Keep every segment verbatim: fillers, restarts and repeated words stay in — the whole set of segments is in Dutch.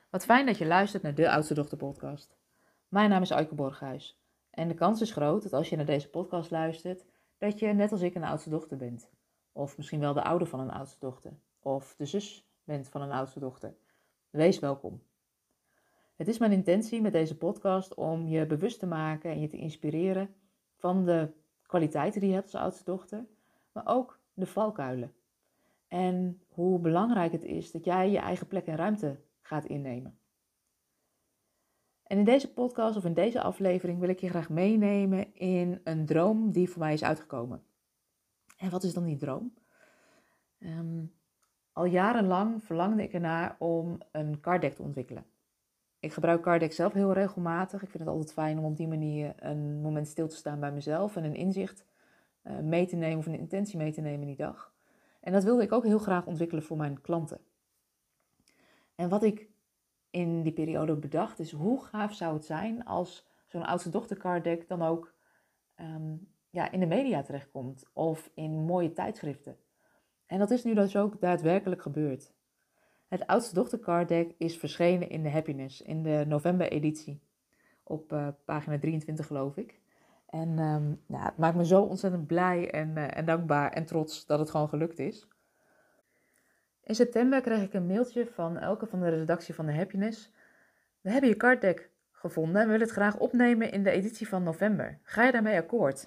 Wat fijn dat je luistert naar de Oudste Dochter podcast. Mijn naam is Aike Borghuis en de kans is groot dat als je naar deze podcast luistert, dat je net als ik een oudste dochter bent. Of misschien wel de ouder van een oudste dochter. Of de zus bent van een oudste dochter. Wees welkom. Het is mijn intentie met deze podcast om je bewust te maken en je te inspireren van de kwaliteiten die je hebt als oudste dochter, maar ook de valkuilen. En hoe belangrijk het is dat jij je eigen plek en ruimte gaat innemen. En in deze podcast of in deze aflevering wil ik je graag meenemen in een droom die voor mij is uitgekomen. En wat is dan die droom? Um, al jarenlang verlangde ik ernaar om een card deck te ontwikkelen. Ik gebruik card deck zelf heel regelmatig. Ik vind het altijd fijn om op die manier een moment stil te staan bij mezelf en een inzicht uh, mee te nemen of een intentie mee te nemen in die dag. En dat wilde ik ook heel graag ontwikkelen voor mijn klanten. En wat ik in die periode bedacht is, hoe gaaf zou het zijn als zo'n oudste dochter card deck dan ook um, ja, in de media terechtkomt of in mooie tijdschriften. En dat is nu dus ook daadwerkelijk gebeurd. Het oudste dochter card deck is verschenen in de Happiness, in de november editie, op uh, pagina drieëntwintig geloof ik. En um, ja, het maakt me zo ontzettend blij en, uh, en dankbaar en trots dat het gewoon gelukt is. In september kreeg ik een mailtje van Elke van de redactie van de Happiness. We hebben je card deck gevonden en we willen het graag opnemen in de editie van november. Ga je daarmee akkoord?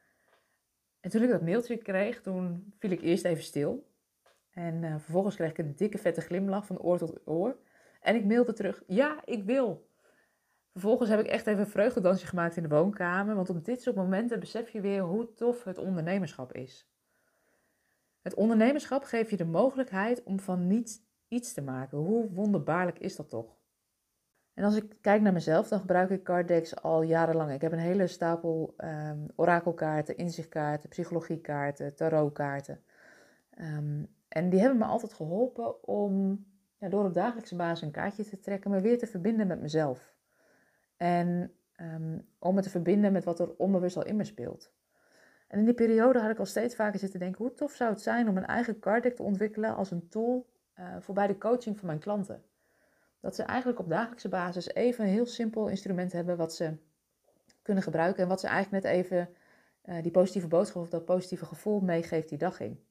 En toen ik dat mailtje kreeg, toen viel ik eerst even stil. En uh, vervolgens kreeg ik een dikke vette glimlach van oor tot oor. En ik mailde terug, ja, ik wil. Vervolgens heb ik echt even een vreugdedansje gemaakt in de woonkamer. Want op dit soort momenten besef je weer hoe tof het ondernemerschap is. Het ondernemerschap geeft je de mogelijkheid om van niets iets te maken. Hoe wonderbaarlijk is dat toch? En als ik kijk naar mezelf, dan gebruik ik card decks al jarenlang. Ik heb een hele stapel um, orakelkaarten, inzichtkaarten, psychologiekaarten, tarotkaarten. Um, en die hebben me altijd geholpen om ja, door op dagelijkse basis een kaartje te trekken, me weer te verbinden met mezelf. En um, om me te verbinden met wat er onbewust al in me speelt. En in die periode had ik al steeds vaker zitten denken, hoe tof zou het zijn om een eigen card deck te ontwikkelen als een tool uh, voor bij de coaching van mijn klanten. Dat ze eigenlijk op dagelijkse basis even een heel simpel instrument hebben wat ze kunnen gebruiken. En wat ze eigenlijk net even uh, die positieve boodschap of dat positieve gevoel meegeeft die dag in.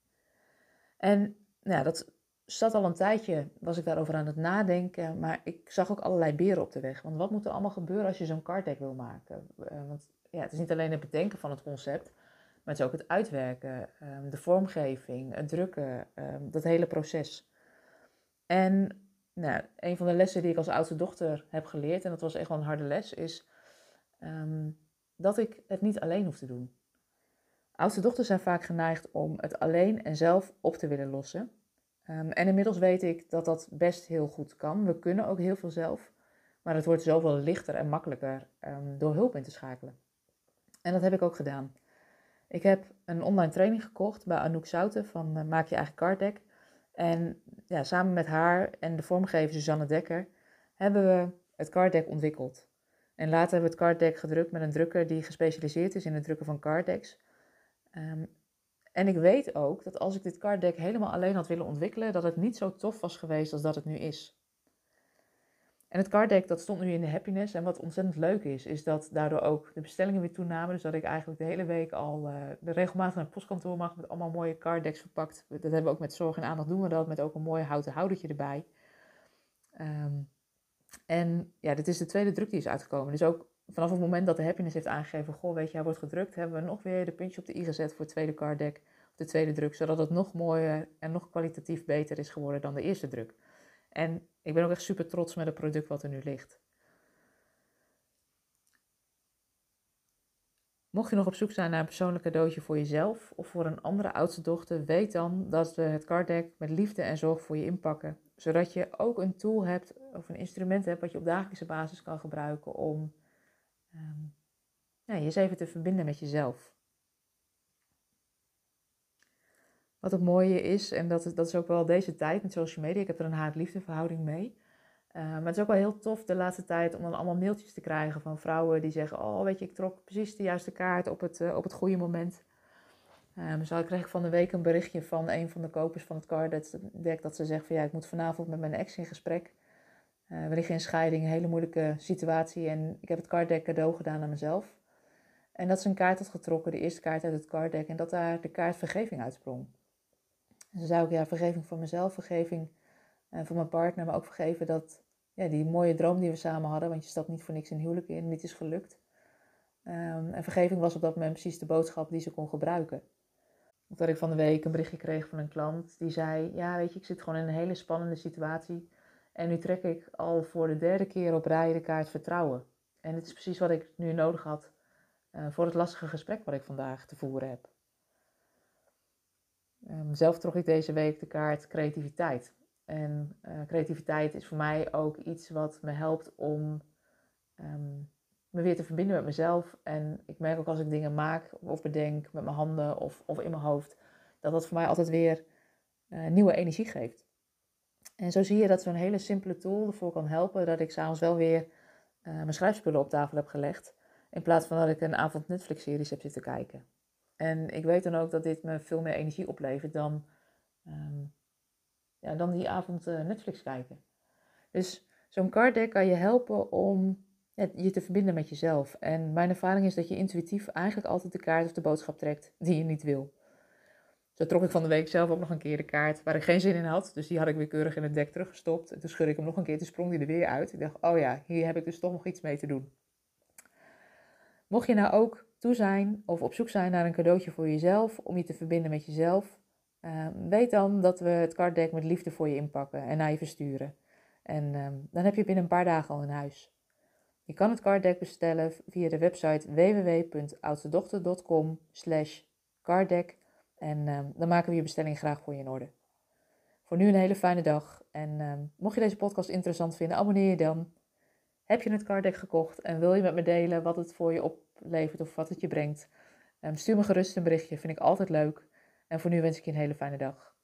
En nou ja, dat zat al een tijdje, was ik daarover aan het nadenken. Maar ik zag ook allerlei beren op de weg. Want wat moet er allemaal gebeuren als je zo'n card deck wil maken? Uh, want ja, het is niet alleen het bedenken van het concept. Maar het is ook het uitwerken, um, de vormgeving, het drukken, um, dat hele proces. En nou, een van de lessen die ik als oudste dochter heb geleerd, en dat was echt wel een harde les, is um, dat ik het niet alleen hoef te doen. Oudste dochters zijn vaak geneigd om het alleen en zelf op te willen lossen. Um, en inmiddels weet ik dat dat best heel goed kan. We kunnen ook heel veel zelf, maar het wordt zoveel lichter en makkelijker um, door hulp in te schakelen. En dat heb ik ook gedaan. Ik heb een online training gekocht bij Anouk Souten van uh, Maak je eigen card deck. En ja, samen met haar en de vormgever Suzanne Dekker hebben we het card deck ontwikkeld. En later hebben we het card deck gedrukt met een drukker die gespecialiseerd is in het drukken van card decks. Um, en ik weet ook dat als ik dit card deck helemaal alleen had willen ontwikkelen, dat het niet zo tof was geweest als dat het nu is. En het card deck dat stond nu in de Happiness. En wat ontzettend leuk is, is dat daardoor ook de bestellingen weer toenamen. Dus dat ik eigenlijk de hele week al uh, regelmatig naar het postkantoor mag met allemaal mooie card decks verpakt. Dat hebben we ook met zorg en aandacht doen we dat, met ook een mooi houten houdertje erbij. Um, en ja, dit is de tweede druk die is uitgekomen. Dus ook vanaf het moment dat de Happiness heeft aangegeven, goh, weet je, hij wordt gedrukt, hebben we nog weer de puntje op de i gezet voor het tweede card deck, de tweede druk, zodat het nog mooier en nog kwalitatief beter is geworden dan de eerste druk. En ik ben ook echt super trots met het product wat er nu ligt. Mocht je nog op zoek zijn naar een persoonlijk cadeautje voor jezelf of voor een andere oudste dochter, weet dan dat we het card deck met liefde en zorg voor je inpakken. Zodat je ook een tool hebt of een instrument hebt wat je op dagelijkse basis kan gebruiken om um, ja, je eens even te verbinden met jezelf. Wat het mooie is, en dat is, dat is ook wel deze tijd met social media, ik heb er een haat-liefde verhouding mee. Uh, maar het is ook wel heel tof de laatste tijd om dan allemaal mailtjes te krijgen van vrouwen die zeggen, oh weet je, ik trok precies de juiste kaart op het, uh, op het goede moment. Um, zo kreeg ik van de week een berichtje van een van de kopers van het card deck dat ze zegt van ja, ik moet vanavond met mijn ex in gesprek. Uh, we liggen in scheiding, een hele moeilijke situatie. En ik heb het card deck cadeau gedaan aan mezelf. En dat ze een kaart had getrokken, de eerste kaart uit het card deck. En dat daar de kaart vergeving uitsprong. En ze zei ook, ja, vergeving van mezelf, vergeving uh, van mijn partner. Maar ook vergeven dat ja, die mooie droom die we samen hadden. Want je stapt niet voor niks in huwelijk in, niet is gelukt. Um, en vergeving was op dat moment precies de boodschap die ze kon gebruiken. Dat ik van de week een berichtje kreeg van een klant die zei, ja weet je, ik zit gewoon in een hele spannende situatie. En nu trek ik al voor de derde keer op rij de kaart vertrouwen. En het is precies wat ik nu nodig had uh, voor het lastige gesprek wat ik vandaag te voeren heb. Um, zelf trok ik deze week de kaart creativiteit. En uh, creativiteit is voor mij ook iets wat me helpt om um, me weer te verbinden met mezelf. En ik merk ook als ik dingen maak of bedenk met mijn handen of, of in mijn hoofd, dat dat voor mij altijd weer uh, nieuwe energie geeft. En zo zie je dat zo'n hele simpele tool ervoor kan helpen dat ik s'avonds wel weer uh, mijn schrijfspullen op tafel heb gelegd. In plaats van dat ik een avond Netflix-series heb zitten kijken. En ik weet dan ook dat dit me veel meer energie oplevert dan, um, ja, dan die avond uh, Netflix kijken. Dus zo'n card deck kan je helpen om ja, je te verbinden met jezelf. En mijn ervaring is dat je intuïtief eigenlijk altijd de kaart of de boodschap trekt die je niet wil. Zo trok ik van de week zelf ook nog een keer de kaart waar ik geen zin in had. Dus die had ik weer keurig in het deck teruggestopt. En toen schudde ik hem nog een keer, toen sprong die er weer uit. Ik dacht, oh ja, hier heb ik dus toch nog iets mee te doen. Mocht je nou ook toe zijn of op zoek zijn naar een cadeautje voor jezelf, om je te verbinden met jezelf, uh, weet dan dat we het card deck met liefde voor je inpakken en naar je versturen. En um, dan heb je binnen een paar dagen al in huis. Je kan het card deck bestellen via de website w w w punt oudstedochter punt com slash carddeck en um, dan maken we je bestelling graag voor je in orde. Voor nu een hele fijne dag en um, mocht je deze podcast interessant vinden, abonneer je dan. Heb je het card deck gekocht en wil je met me delen wat het voor je oplevert of wat het je brengt? Um, stuur me gerust een berichtje, vind ik altijd leuk. En voor nu wens ik je een hele fijne dag.